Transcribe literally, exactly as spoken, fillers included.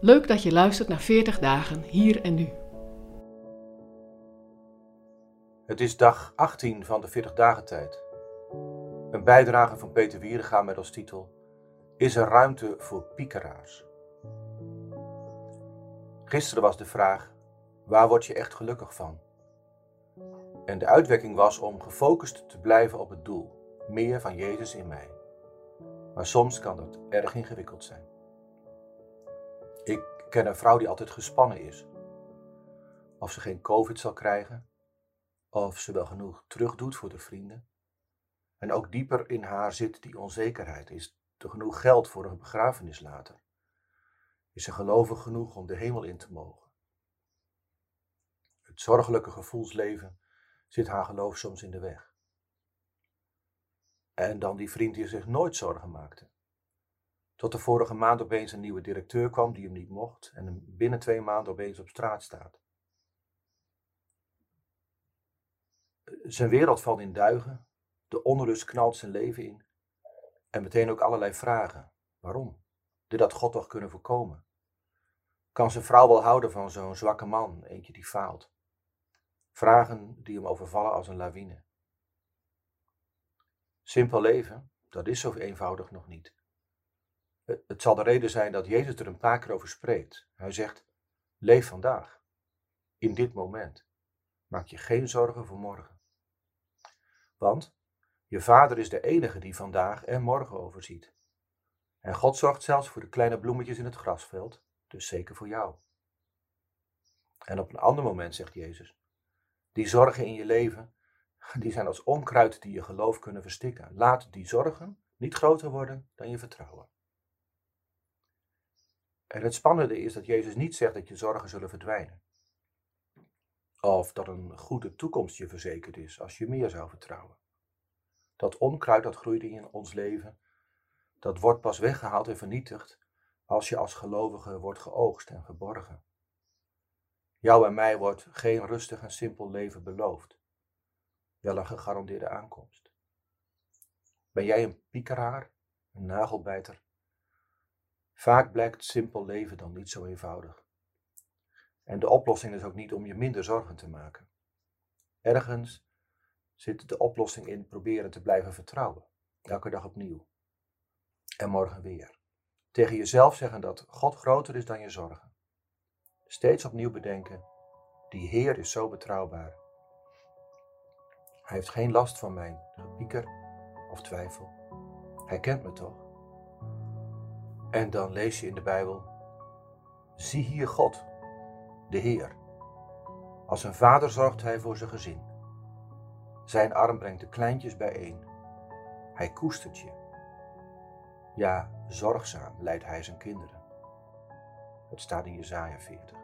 Leuk dat je luistert naar veertig dagen hier en nu. Het is dag achttien van de veertig dagen tijd. Een bijdrage van Peter Wierenga met als titel: Is er ruimte voor piekeraars? Gisteren was de vraag: waar word je echt gelukkig van? En de uitwerking was om gefocust te blijven op het doel, meer van Jezus in mij. Maar soms kan dat erg ingewikkeld zijn. Ik ken een vrouw die altijd gespannen is. Of ze geen COVID zal krijgen, of ze wel genoeg terugdoet voor de vrienden. En ook dieper in haar zit die onzekerheid. Is er genoeg geld voor een begrafenis later? Is ze gelovig genoeg om de hemel in te mogen? Het zorgelijke gevoelsleven zit haar geloof soms in de weg. En dan die vriend die zich nooit zorgen maakte. Tot er vorige maand opeens een nieuwe directeur kwam die hem niet mocht en hem binnen twee maanden opeens op straat staat. Zijn wereld valt in duigen, de onrust knalt zijn leven in en meteen ook allerlei vragen. Waarom? Dit had God toch kunnen voorkomen? Kan zijn vrouw wel houden van zo'n zwakke man, eentje die faalt? Vragen die hem overvallen als een lawine. Simpel leven, dat is zo eenvoudig nog niet. Het zal de reden zijn dat Jezus er een paar keer over spreekt. Hij zegt: leef vandaag, in dit moment. Maak je geen zorgen voor morgen. Want je Vader is de enige die vandaag en morgen overziet. En God zorgt zelfs voor de kleine bloemetjes in het grasveld, dus zeker voor jou. En op een ander moment zegt Jezus: die zorgen in je leven, die zijn als onkruid die je geloof kunnen verstikken. Laat die zorgen niet groter worden dan je vertrouwen. En het spannende is dat Jezus niet zegt dat je zorgen zullen verdwijnen. Of dat een goede toekomst je verzekerd is als je meer zou vertrouwen. Dat onkruid dat groeit in ons leven, dat wordt pas weggehaald en vernietigd als je als gelovige wordt geoogst en geborgen. Jou en mij wordt geen rustig en simpel leven beloofd, wel een gegarandeerde aankomst. Ben jij een piekeraar, een nagelbijter? Vaak blijkt simpel leven dan niet zo eenvoudig. En de oplossing is ook niet om je minder zorgen te maken. Ergens zit de oplossing in proberen te blijven vertrouwen, elke dag opnieuw. En morgen weer. Tegen jezelf zeggen dat God groter is dan je zorgen. Steeds opnieuw bedenken: die Heer is zo betrouwbaar. Hij heeft geen last van mijn gepieker of twijfel. Hij kent me toch? En dan lees je in de Bijbel: zie hier God, de Heer. Als een vader zorgt hij voor zijn gezin. Zijn arm brengt de kleintjes bijeen. Hij koestert je. Ja, zorgzaam leidt hij zijn kinderen. Het staat in Jesaja veertig.